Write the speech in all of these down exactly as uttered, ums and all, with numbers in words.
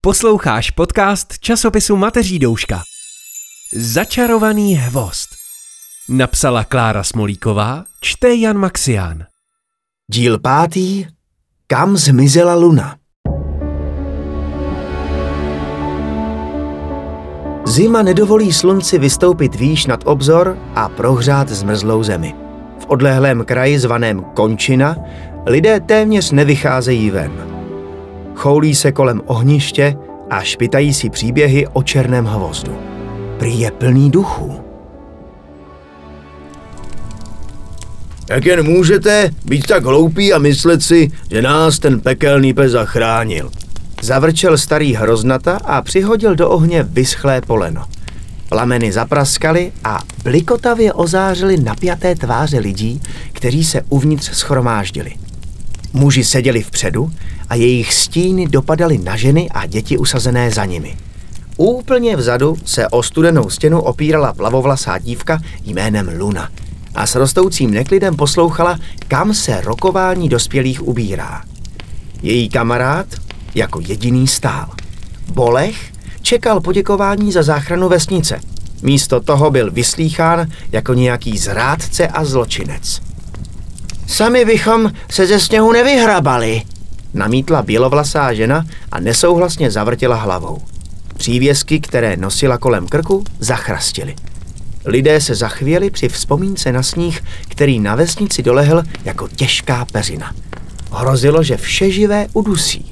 Posloucháš podcast časopisu Mateří douška. Začarovaný hvozd. Napsala Klára Smolíková, čte Jan Maxián. Díl pátý. Kam zmizela Luna? Zima nedovolí slunci vystoupit výš nad obzor a prohřát zmrzlou zemi. V odlehlém kraji zvaném Končina lidé téměř nevycházejí ven. Choulí se kolem ohniště a špitají si příběhy o černém hvozdu. Prý je plný duchů. Jak jen můžete být tak hloupí a myslet si, že nás ten pekelný pes zachránil? Zavrčel starý hroznata a přihodil do ohně vyschlé poleno. Plameny zapraskaly a blikotavě ozářily napjaté tváře lidí, kteří se uvnitř shromáždili. Muži seděli vpředu a jejich stíny dopadaly na ženy a děti usazené za nimi. Úplně vzadu se o studenou stěnu opírala plavovlasá dívka jménem Luna a s rostoucím neklidem poslouchala, kam se rokování dospělých ubírá. Její kamarád jako jediný stál. Bolech čekal poděkování za záchranu vesnice. Místo toho byl vyslýchán jako nějaký zrádce a zločinec. Sami bychom se ze sněhu nevyhrabali, namítla bělovlasá žena a nesouhlasně zavrtěla hlavou. Přívěsky, které nosila kolem krku, zachrastily. Lidé se zachvěli při vzpomínce na sníh, který na vesnici dolehl jako těžká peřina. Hrozilo, že vše živé udusí.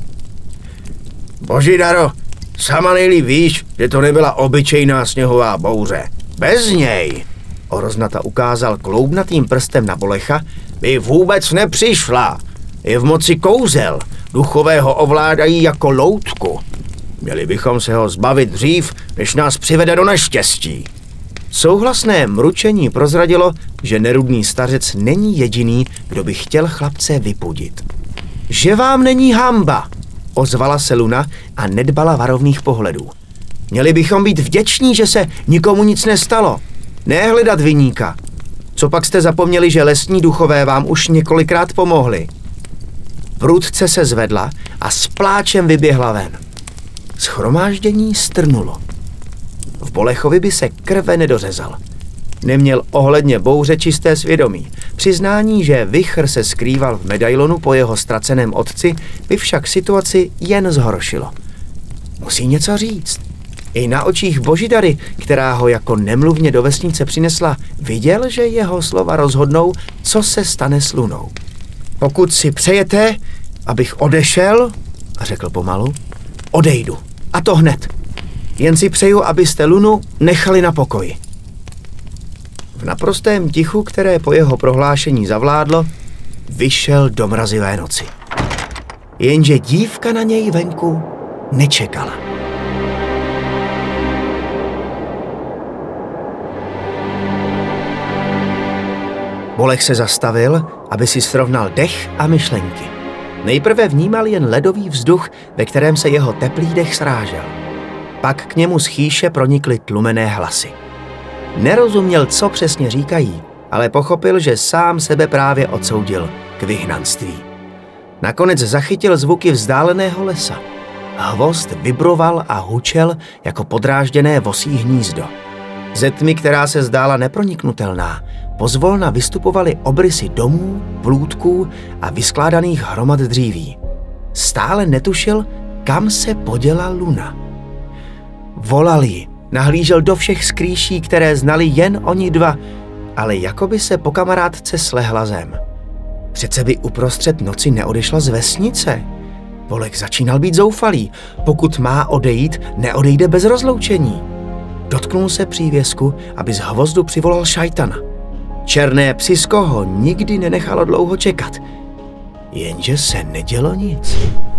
Božidaro, sama nejlíp víš, že to nebyla obyčejná sněhová bouře. Bez něj, Oroznata ukázal kloubnatým prstem na Bolecha, by vůbec nepřišla. Je v moci kouzel, duchové ho ovládají jako loutku. Měli bychom se ho zbavit dřív, než nás přivede do neštěstí. Souhlasné mručení prozradilo, že nerudný stařec není jediný, kdo by chtěl chlapce vypudit. Že vám není hanba, ozvala se Luna a nedbala varovných pohledů. Měli bychom být vděční, že se nikomu nic nestalo. Nehledat viníka. Copak jste zapomněli, že lesní duchové vám už několikrát pomohli? Prudce se zvedla a s pláčem vyběhla ven. Shromáždění strnulo. V Bolechovi by se krve nedořezal. Neměl ohledně bouře čisté svědomí. Přiznání, že vichr se skrýval v medailonu po jeho ztraceném otci, by však situaci jen zhoršilo. Musí něco říct. I na očích Božidary, která ho jako nemluvně do vesnice přinesla, viděl, že jeho slova rozhodnou, co se stane s Lunou. Pokud si přejete, abych odešel, řekl pomalu, odejdu. A to hned. Jen si přeju, abyste Lunu nechali na pokoji. V naprostém tichu, které po jeho prohlášení zavládlo, vyšel do mrazivé noci. Jenže dívka na něj venku nečekala. Bolech se zastavil, aby si srovnal dech a myšlenky. Nejprve vnímal jen ledový vzduch, ve kterém se jeho teplý dech srážel. Pak k němu z chýše pronikly tlumené hlasy. Nerozuměl, co přesně říkají, ale pochopil, že sám sebe právě odsoudil k vyhnanství. Nakonec zachytil zvuky vzdáleného lesa. Hvozd vibroval a hučel jako podrážděné vosí hnízdo. Ze tmy, která se zdála neproniknutelná, pozvolna vystupovaly obrysy domů, plůtků a vyskládaných hromad dříví. Stále netušil, kam se poděla Luna. Volal ji, nahlížel do všech skrýší, které znali jen oni dva, ale jakoby se po kamarádce slehla zem. Přece by uprostřed noci neodešla z vesnice. Bolek začínal být zoufalý. Pokud má odejít, neodejde bez rozloučení. Dotknul se přívěsku, aby z hvozdu přivolal šajtana. Černé psisko ho nikdy nenechalo dlouho čekat. Jenže se nedělo nic.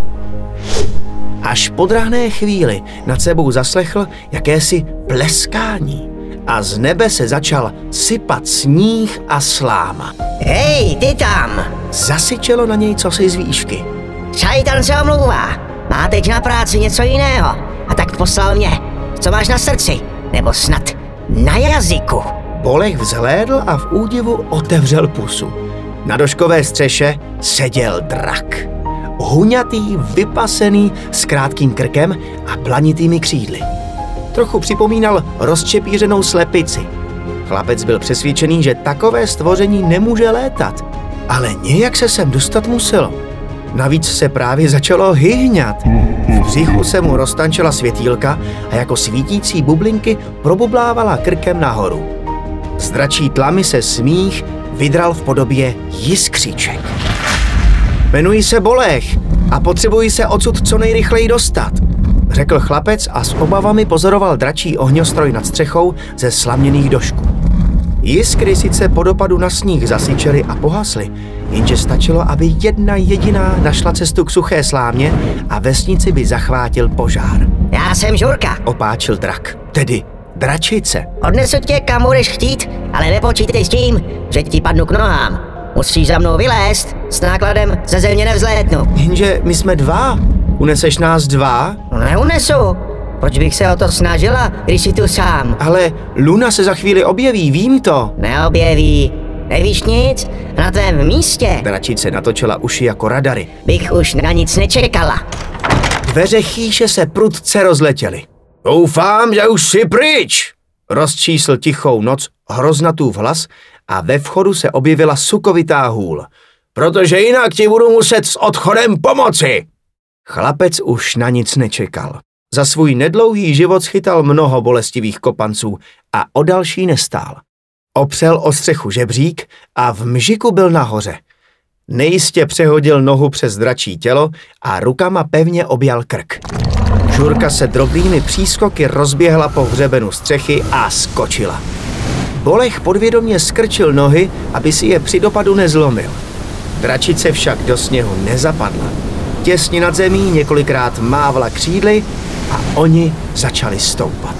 Až po drahné chvíli nad sebou zaslechl jakési pleskání a z nebe se začal sypat sníh a sláma. Hej, ty tam! Zasyčelo na něj cosi z výšky. Šajtan se omlouvá. Má teď na práci něco jiného. A tak poslal mě. Co máš na srdci? Nebo snad na jazyku? Bolech vzhlédl a v údivu otevřel pusu. Na doškové střeše seděl drak. Huňatý, vypasený, s krátkým krkem a planitými křídly. Trochu připomínal rozčepířenou slepici. Chlapec byl přesvědčený, že takové stvoření nemůže létat, ale nějak se sem dostat muselo. Navíc se právě začalo hyhňat. V břichu se mu roztančila světýlka a jako svítící bublinky probublávala krkem nahoru. Z dračí tlamy se smích vydral v podobě jiskříček. Jmenuji se Bolech a potřebuji se odsud co nejrychleji dostat, řekl chlapec a s obavami pozoroval dračí ohňostroj nad střechou ze slaměných došků. Jiskry sice po dopadu na sníh zasyčely a pohasly, jenže stačilo, aby jedna jediná našla cestu k suché slámě a vesnici by zachvátil požár. Já jsem Žurka. Opáčil drak, tedy dračice. Odnesu tě, kam budeš chtít, ale nepočítej s tím, že ti padnu k nohám. Musíš za mnou vylézt, s nákladem ze země nevzlétnu. Jenže my jsme dva. Uneseš nás dva? Neunesu. Proč bych se o to snažila, když jsi tu sám? Ale Luna se za chvíli objeví, vím to. Neobjeví. Nevíš nic? Na tvém místě Dračice natočila uši jako radary. bych už na nic nečekala. Dveře chýše se prudce rozletěly. Doufám, že už jsi pryč, rozčísl tichou noc Hroznatův hlas a ve vchodu se objevila sukovitá hůl. Protože jinak ti budu muset s odchodem pomoci. Chlapec už na nic nečekal. Za svůj nedlouhý život schytal mnoho bolestivých kopanců a o další nestál. Opřel o střechu žebřík a v mžiku byl nahoře. Nejistě přehodil nohu přes dračí tělo a rukama pevně objal krk. Žurka se drobnými přískoky rozběhla po hřebenu střechy a skočila. Bolech podvědomě skrčil nohy, aby si je při dopadu nezlomil. Dračice však do sněhu nezapadla. Těsně nad zemí několikrát mávla křídly a oni začali stoupat.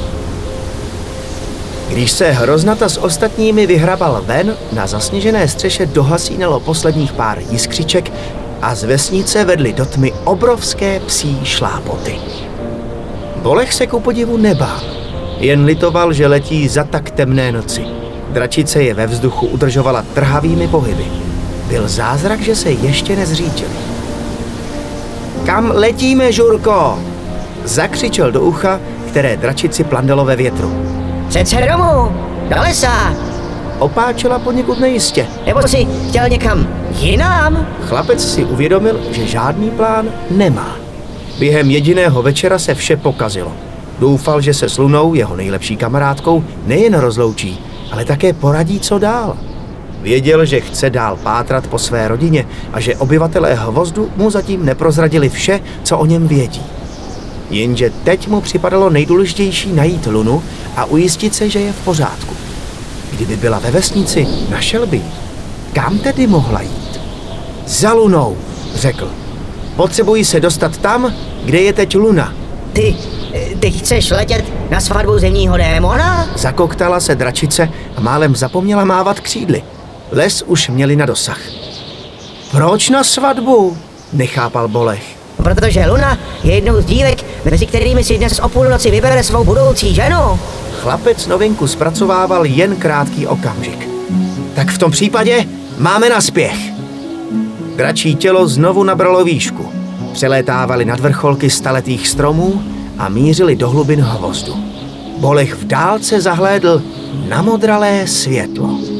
Když se Hroznata s ostatními vyhrabal ven, na zasněžené střeše dohasínalo posledních pár jiskřiček a z vesnice vedly do tmy obrovské psí šlápoty. Bolech se ku podivu nebál, jen litoval, že letí za tak temné noci. Dračice je ve vzduchu udržovala trhavými pohyby. Byl zázrak, že se ještě nezřítili. Kam letíme, Žurko? Zakřičel do ucha, které dračici plandalo ve větru. Přece domů, do lesa. Opáčela poněkud nejistě. Nebo jsi chtěl někam jinam? Chlapec si uvědomil, že žádný plán nemá. Během jediného večera se vše pokazilo. Doufal, že se s Lunou, jeho nejlepší kamarádkou, nejen rozloučí, ale také poradí, co dál. Věděl, že chce dál pátrat po své rodině a že obyvatelé Hvozdu mu zatím neprozradili vše, co o něm vědí. Jenže teď mu připadalo nejdůležitější najít Lunu a ujistit se, že je v pořádku. Kdyby byla ve vesnici, našel by ji. Kam tedy mohla jít? Za Lunou, řekl. Potřebuji se dostat tam, kde je teď Luna. Ty, ty chceš letět na svatbu zemního démona? Zakoktala se dračice a málem zapomněla mávat křídly. Les už měli na dosah. Proč na svatbu? Nechápal Bolech. Protože Luna je jednou z dívek, mezi kterými si dnes o půlnoci vybere svou budoucí ženu. Chlapec novinku zpracovával jen krátký okamžik. Tak v tom případě máme naspěch. Dračí tělo znovu nabralo výšku. Přelétávali nad vrcholky staletých stromů a mířili do hlubin Hvozdu. Bolech v dálce zahlédl namodralé světlo.